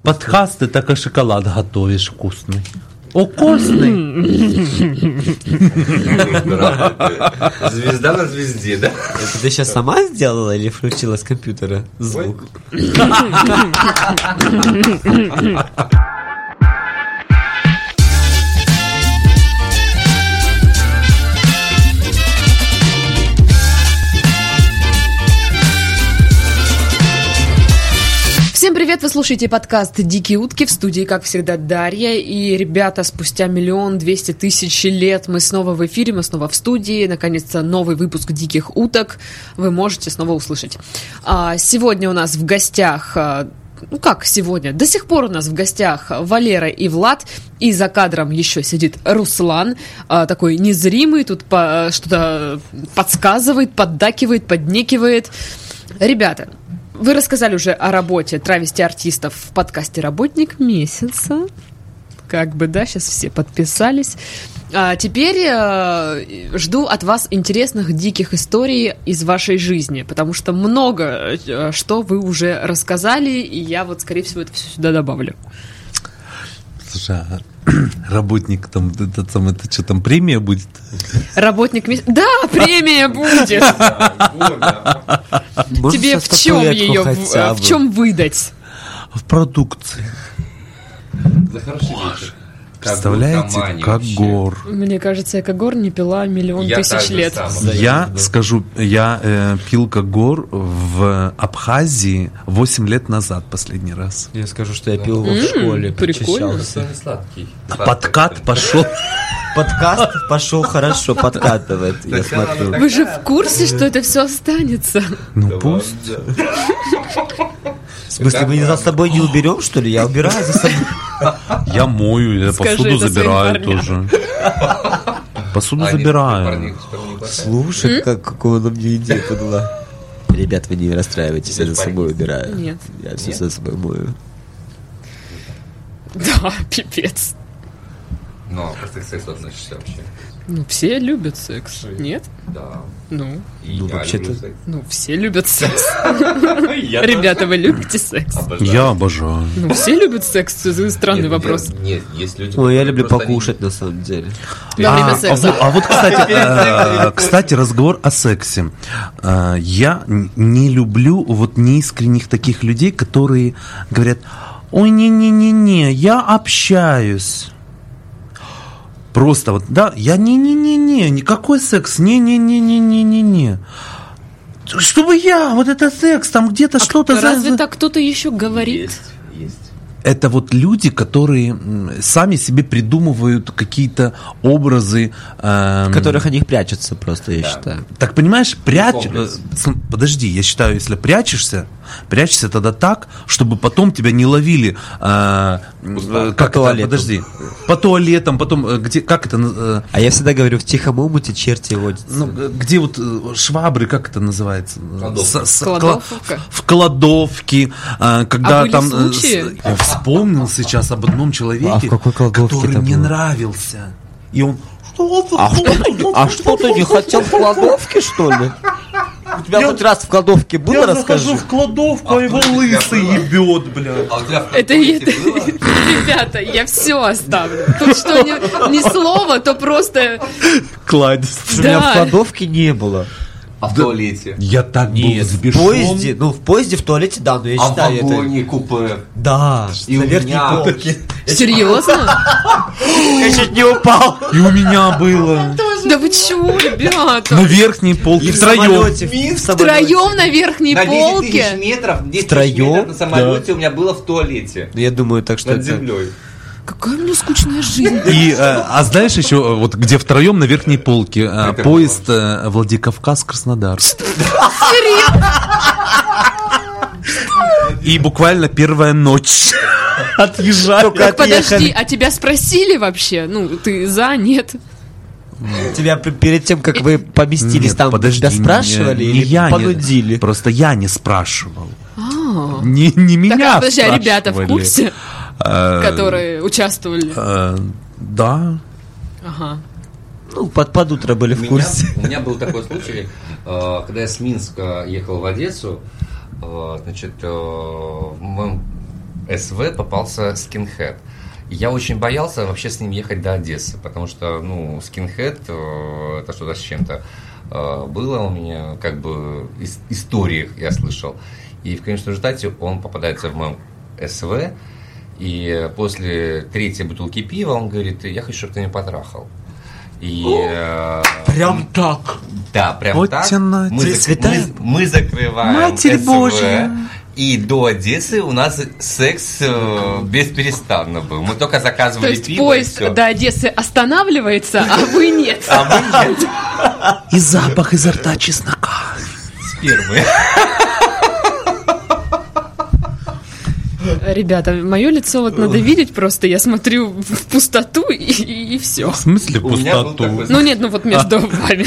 подкасты, так и шоколад готовишь вкусный. Вкусный. Звезда на звезде, да? Это ты сейчас сама сделала или включила с компьютера звук? Всем привет, вы слушаете подкаст «Дикие утки», в студии, как всегда, Дарья. И, ребята, спустя 1 200 000 лет мы снова в эфире, мы снова в студии. Наконец-то новый выпуск «Диких уток» вы можете снова услышать. Сегодня у нас в гостях... Ну как сегодня? До сих пор у нас в гостях Валера и Влад, и за кадром еще сидит Руслан, такой незримый, тут что-то подсказывает, поддакивает, поднекивает. Ребята, вы рассказали уже о работе травести артистов в подкасте «Работник месяца». Как бы, да, сейчас все подписались. Теперь жду от вас интересных, диких историй из вашей жизни, потому что много что вы уже рассказали, и я вот, скорее всего, это все сюда добавлю. Слушай, работник там, это что там, премия будет? Работник месяца. Да, премия будет. Тебе в чем ее, в чем выдать? В продукции. За хороший вечер. Представляете, как гор. Мне кажется, Кагор не пила 1 000 000 лет. Я скажу, я пил Кагор в Абхазии 8 лет назад последний раз. Я скажу, что я пил его в школе. Прикольно. Сладкий. Подкат пошел. Подкаст пошел хорошо, подкатывает, я смотрю. Вы же в курсе, что это все останется? Ну пусть. В смысле, мы за собой не уберем, что ли? Я убираю за собой. Я мою, я Скажи посуду это забираю своим тоже. Посуду забираю. Слушай, какую нам мне идея подала. Ребят, вы не расстраивайтесь, я за собой убираю. Нет. Я все за собой мою. Да, пипец. Но как ты к сексу относишься вообще? Ну, все любят секс. Нет? Да. Ну, И я вообще-то- люблю секс. ну, все любят секс. Ребята, вы любите секс? Обожаю. Я обожаю. Ну, все любят секс. Странный Нет, вопрос. Нет, есть люди, Ой, я которые люблю просто покушать, на самом деле. Во время секса. Вот, кстати, разговор о сексе. Я не люблю вот неискренних таких людей, которые говорят: ой, не-не-не-не, я общаюсь. Просто вот, да, я не-не-не-не, никакой секс, не-не-не-не-не-не-не. Чтобы я, вот это секс, там где-то что-то... Разве так кто-то еще говорит? Есть. Это вот люди, которые сами себе придумывают какие-то образы. В которых они прячутся просто, я считаю. Так понимаешь, Комплекс. подожди, я считаю, если прячешься тогда так, чтобы потом тебя не ловили. Как туалету. Подожди. По туалетам, потом где, как это? А я всегда говорю, в тихом омуте черти водятся. Ну, где вот швабры, как это называется? Кладовка. В кладовке, когда были там. случаи? Я вспомнил сейчас об одном человеке, А в какой кладовке который это мне было? нравился. И он. А что ты не хотел в кладовке, что ли? У тебя хоть раз в кладовке было, Я расскажи? захожу в кладовку, а его лысый ебет, блядь. А у тебя в Это, кладовке было? ребята, я все оставлю. Тут что ни слова, то просто... Кладезь. У меня в кладовке не было. А в туалете? Я так был В взбешен. поезде, в поезде, в туалете, да, но я А в считаю это... вагоне купе? Да, И на у верхней меня- полке. Серьезно? Я чуть не упал. И у меня было. Да вы чего, ребята? На верхней полке. И в Втроем. самолете. В самолете. Втроем на верхней На 10 тысяч полке? метров, 10 тысяч Втроем? метров на самолете у меня было в туалете. Ну, я думаю, так что Над это... землей. Какая у меня скучная жизнь. И, а знаешь еще, вот где втроем на верхней полке Это поезд Владикавказ-Краснодар. И буквально первая ночь. Отъезжаю. Только Подожди, отъехали. а тебя спросили вообще? Ну, ты за, нет? Тебя перед тем, как вы поместились Нет, там, подожди, тебя спрашивали не или я, понудили? Просто я не спрашивал. А. Не меня Так, подожди, а ребята в спрашивали. курсе, которые участвовали? Да. Ага. Ну, под утро были в курсе. У меня был такой случай, когда я с Минска ехал в Одессу, значит, в моем СВ попался скинхед. Я очень боялся вообще с ним ехать до Одессы, потому что, скинхед это что-то с чем-то было у меня, как бы, историях я слышал. И в конечном результате он попадается в моем СВ, и после 3-й бутылки пива он говорит: я хочу, чтобы ты меня потрахал. И, Прям так? Да, прям Вот так. тяна, Мы закрываем Матерь СВ, Божья. и до Одессы у нас секс бесперестанно был. Мы только То заказывали есть пиво, и поезд все. до Одессы останавливается, а вы нет. А мы нет. И запах изо рта чеснока. Спермы. Ребята, мое лицо вот надо видеть просто. Я смотрю в пустоту и все. В смысле У меня был пустоту? такой- Ну нет, вот между вами.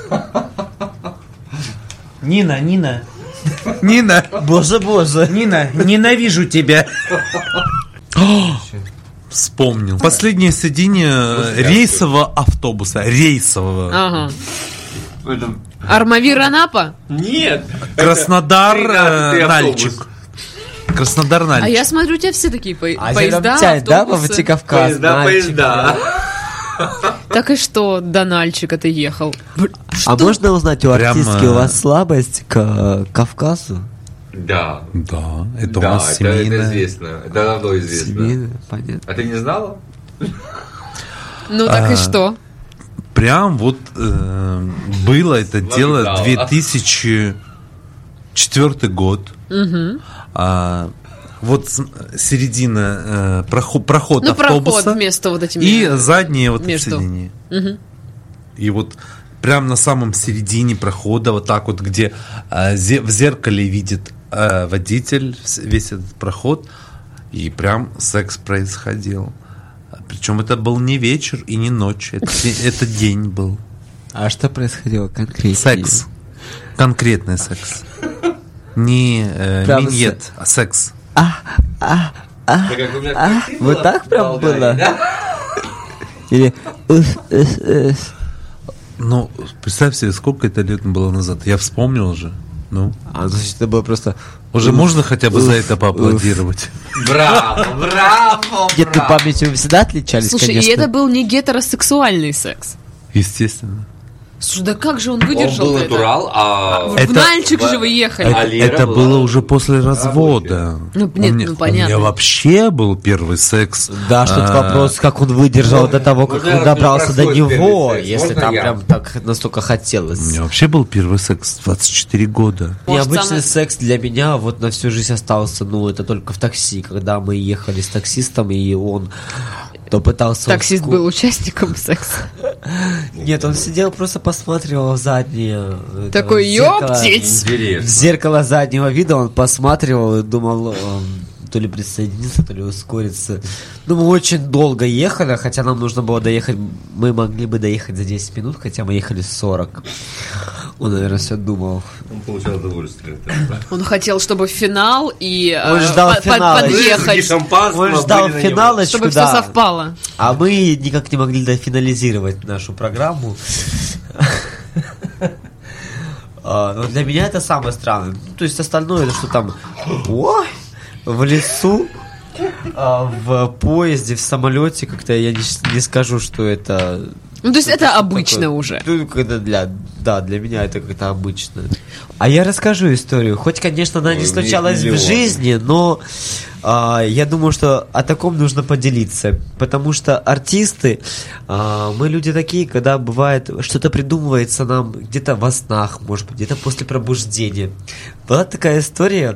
Нина, Нина, Боже, Нина, ненавижу тебя. Вспомнил. Последнее сиденье рейсового автобуса. Рейсового. Ага. Армавир Анапа? Нет. Краснодар, 13-й Нальчик. автобус. Краснодар, А Нальчик. я смотрю, у тебя все такие А поезда, тянет, да, по автобусы. Владикавказ? Поезда. Так и что, до Нальчика ты ехал? А можно узнать у Прям, артистки у вас слабость к Кавказу? Да. Да, это у Да, нас это семейное. известно. Это давно известно. Семейная, понятно. А ты не знала? Ну так и что? Прям вот было это дело да. 2004 год. Вот середина, проход Ну, автобуса. проход между вот этими... И заднее вот между. сиденье. Мгм. И вот прям на самом середине прохода, вот так вот, где в зеркале видит водитель весь этот проход, и прям секс происходил. Причем это был не вечер и не ночь, это день был. А что происходило конкретно? Секс. Конкретный секс. Не Прям миньет, а секс. Вот так прям было? Или... Ну, представь себе, сколько это лет было назад. Я вспомнил же. Ну, А, значит, это было просто... уже можно хотя бы за это поаплодировать. Браво, браво, Нет, браво. памятью вы всегда отличались, Слушай, конечно. и это был не гетеросексуальный секс. Естественно. Слушай, да как же он Он выдержал был это? натурал, а... В Это- Нальчик же вы ехали. А Лера Это была было уже после развода. Ну, нет, У понятно. меня вообще был первый секс. Да, что-то А, вопрос, как он выдержал до того, как можно он добрался до про свой него, первый секс? если Можно там я? прям так настолько У хотелось. меня вообще был первый секс в 24 года. Может, Необычный самое- секс для меня вот на всю жизнь остался, это только в такси, когда мы ехали с таксистом, и он то пытался... Таксист был участником секса. Нет, он сидел, просто посматривал в заднее... Такой, в зеркало- ёптить! В Интересно. зеркало заднего вида он посматривал и думал, то ли присоединиться, то ли ускориться. Ну, мы очень долго ехали, хотя нам нужно было доехать, мы могли бы доехать за 10 минут, хотя мы ехали 40. Он, наверное, все думал. Он получал удовольствие. Он хотел, чтобы финал и Он ждал финала. подъехать, Он ждал финалочку, чтобы все да. совпало. А мы никак не могли дофинализировать нашу программу. Но для меня это самое странное. Ну, то есть остальное, это что там в лесу, в поезде, в самолете, как-то я не скажу, что это... Ну, то есть это обычно такое. уже. Ну, когда для меня это как-то обычно. А я расскажу историю. Хоть, конечно, она не Ой, случалась в миллион. жизни, но я думаю, что о таком нужно поделиться. Потому что артисты, мы люди такие, когда бывает, что-то придумывается нам где-то во снах, может быть, где-то после пробуждения. Была такая история.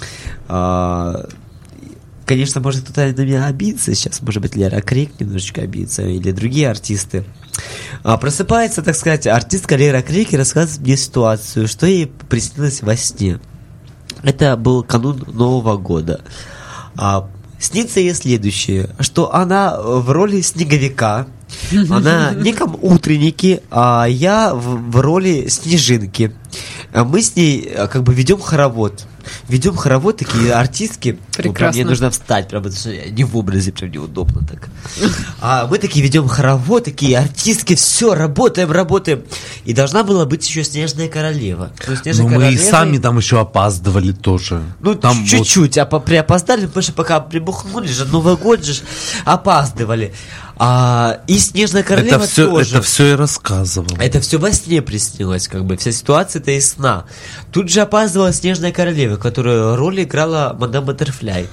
Конечно, может кто-то на меня обидится сейчас, может быть, Лера Крик немножечко обидится, или другие артисты. Просыпается, так сказать, артистка Лера Крик и рассказывает мне ситуацию, что ей приснилось во сне. Это был канун Нового года. Снится ей следующее, что она в роли снеговика, она неком утренники, а я в роли снежинки. Мы с ней как бы ведем хоровод. Ведем хоровод, такие артистки. Прекрасно. Мне нужно встать, прям, потому что я не в образе, прям неудобно так. А мы такие ведем хоровод, такие артистки, все, работаем. И должна была быть еще «Снежная королева». Мы и сами там еще опаздывали тоже. Ну, там чуть-чуть, приопоздали, потому что пока прибухнули же, Новый год же опаздывали. И «Снежная королева» тоже. Это все и рассказывал. Это все во сне приснилось, как бы, вся ситуация-то из сна. Тут же опаздывала «Снежная королева», которую роль играла мадам Баттерфляй.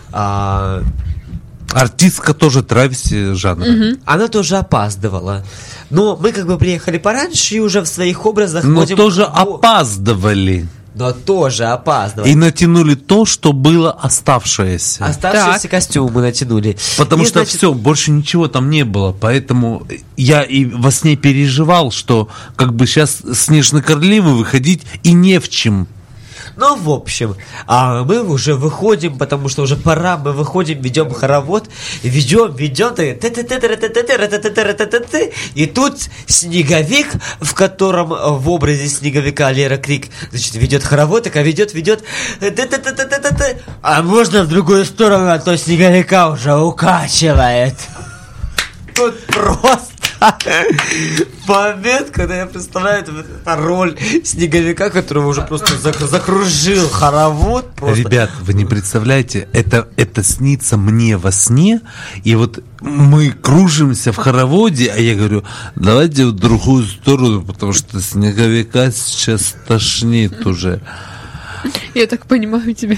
Артистка тоже травести жанра. Она тоже опаздывала. Но мы как бы приехали пораньше и уже в своих образах... Но тоже опаздывали. Но тоже опаздывали. И натянули то, что было оставшееся. Оставшиеся костюмы мы натянули. Потому что все, больше ничего там не было. Поэтому я и во сне переживал, что как бы сейчас «Снежной королевы» выходить и не в чем. Ну, в общем, мы уже выходим, потому что уже пора, мы выходим, ведем хоровод, ведем, и тут снеговик, в котором в образе снеговика Лера Крик, значит, ведет хоровод, такая ведет, а можно в другую сторону, а то снеговика уже укачивает. Тут просто момент, когда я представляю роль снеговика, которого уже просто закружил хоровод. Просто. Ребят, вы не представляете, это снится мне во сне, и вот мы кружимся в хороводе, а я говорю, давайте в другую сторону, потому что снеговика сейчас тошнит уже. Я так понимаю тебя.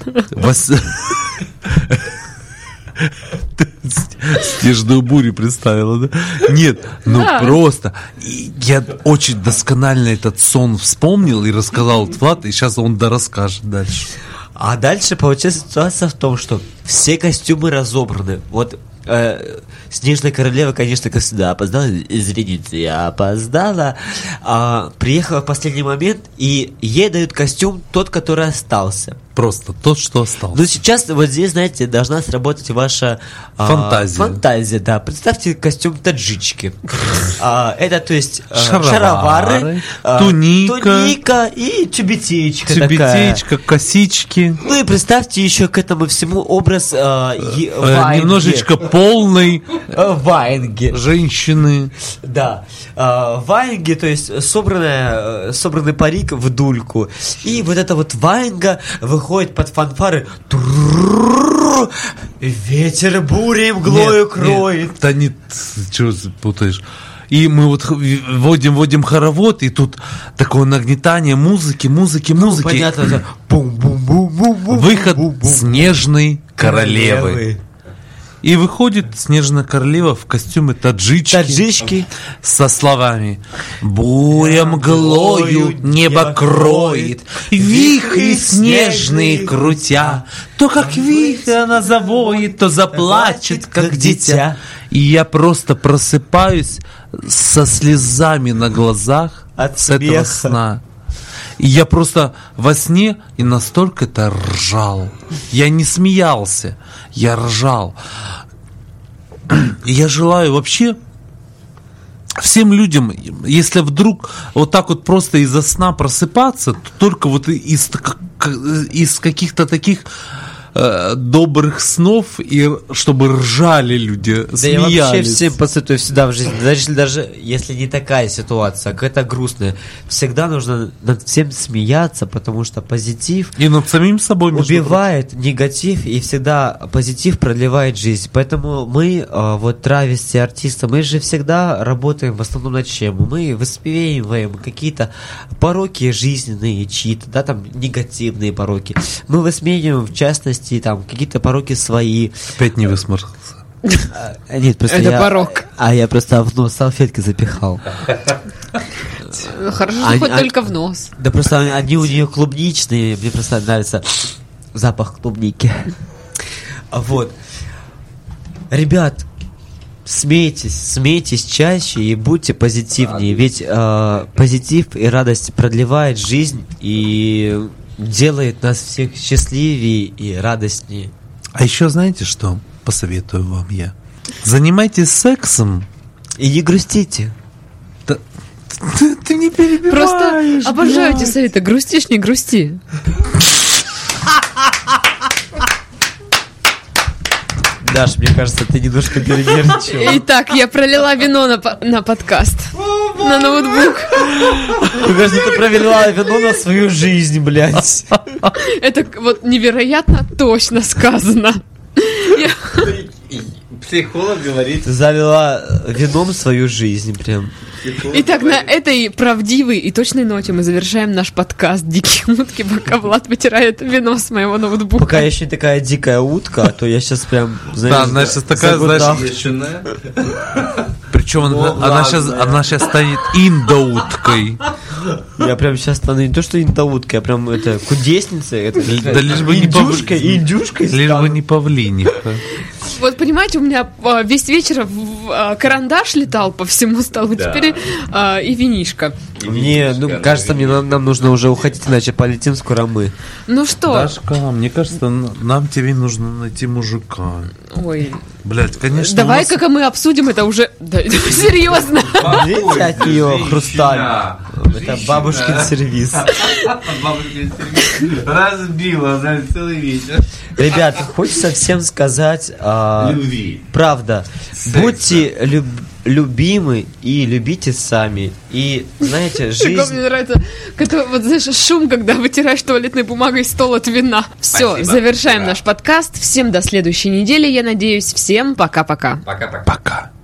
Снежную бурю представила, да? Нет, просто я очень досконально этот сон вспомнил и рассказал Влад, и сейчас он дорасскажет дальше. А дальше получается ситуация в том, что все костюмы разобраны. Вот Снежная королева, конечно, как всегда, опоздала. Извините, я опоздала. Приехала в последний момент, и ей дают костюм тот, который остался. Просто тот, что остался. Ну, сейчас вот здесь, знаете, должна сработать ваша фантазия. Фантазия, да. Представьте костюм таджички. Это, то есть, шаровары, туника и тюбетеечка такая. Косички. Ну и представьте еще к этому всему образ ваенги. Немножечко полной ваенги. Женщины. Да. Ваенги, то есть собранный парик в дульку. И вот эта вот ваенга выходит под фанфары. Ветер бурей мглою кроет. Да нет, чего путаешь? И мы вот вводим хоровод, и тут такое нагнетание музыки. Понятно. Выход Снежной королевы. И выходит Снежная королева в костюме таджички со словами: «Буря мглою небо кроет, вихри снежные крутя, то как вихрь она завоет, то заплачет, как дитя». И я просто просыпаюсь со слезами на глазах с этого сна. И я просто во сне и настолько это ржал. Я не смеялся, я ржал. И я желаю вообще всем людям, если вдруг вот так вот просто из-за сна просыпаться, то только вот из каких-то таких добрых снов, и чтобы ржали люди, да смеялись. Я вообще всем посоветую всегда в жизни, даже если не такая ситуация, а какая-то грустная, всегда нужно над всем смеяться, потому что позитив и над самим собой убивает негатив, и всегда позитив продлевает жизнь. Поэтому мы, вот травести артиста, мы же всегда работаем в основном над чем? Мы высмеиваем какие-то пороки жизненные чьи-то, да, там негативные пороки. Мы высмеиваем, в частности, там какие-то пороки свои. Опять не высморкался. Нет, просто это порок. Я просто в нос салфетки запихал. Хорошо, что хоть только в нос. Да просто они у нее клубничные, мне просто нравится запах клубники. Вот. Ребят, смейтесь чаще и будьте позитивнее, ведь позитив и радость продлевает жизнь и делает нас всех счастливее и радостнее. А еще знаете что? Посоветую вам я. Занимайтесь сексом. И не грустите. Да, ты не перебиваешь. Просто обожаю эти советы. Грустишь, не грусти. Даш, мне кажется, ты немножко перенервничала. Итак, я пролила вино на подкаст. На ноутбук. Мне кажется, ты провела вино на свою жизнь, блядь. Это вот невероятно точно сказано. Психолог говорит. Ты залила вином свою жизнь прям. Итак, на этой правдивой и точной ноте мы завершаем наш подкаст «Дикие утки», пока Влад вытирает вино с моего ноутбука. Пока я еще такая дикая утка, то я сейчас прям, Да, она сейчас такая, знаешь, причем она сейчас станет индоуткой. Я прям сейчас стану не то, что индоуткой, а прям это кудесницей, Да лишь бы не индюшкой лишь бы не павлиника. Вот понимаете, у меня весь вечер карандаш летал по всему столу, теперь и винишко. Мне, кажется, нам нужно уже уходить, иначе полетим скоро мы. Ну что? Дашка, мне кажется, нам тебе нужно найти мужика. Ой. Блять, конечно. Давай-ка мы обсудим это уже. Да, серьезно. Видите от нее хрусталь? Это бабушкин сервис. Разбила за целый вечер. Ребят, хочется всем сказать Любви. правда. Будьте любимы и любите сами. И, знаете, Мне жизнь... нравится, вот знаешь, шум, когда вытираешь туалетной бумагой стол от вина. Все, Спасибо. завершаем наш подкаст. Всем до следующей недели, я надеюсь. Всем пока-пока. Пока-пока. Пока.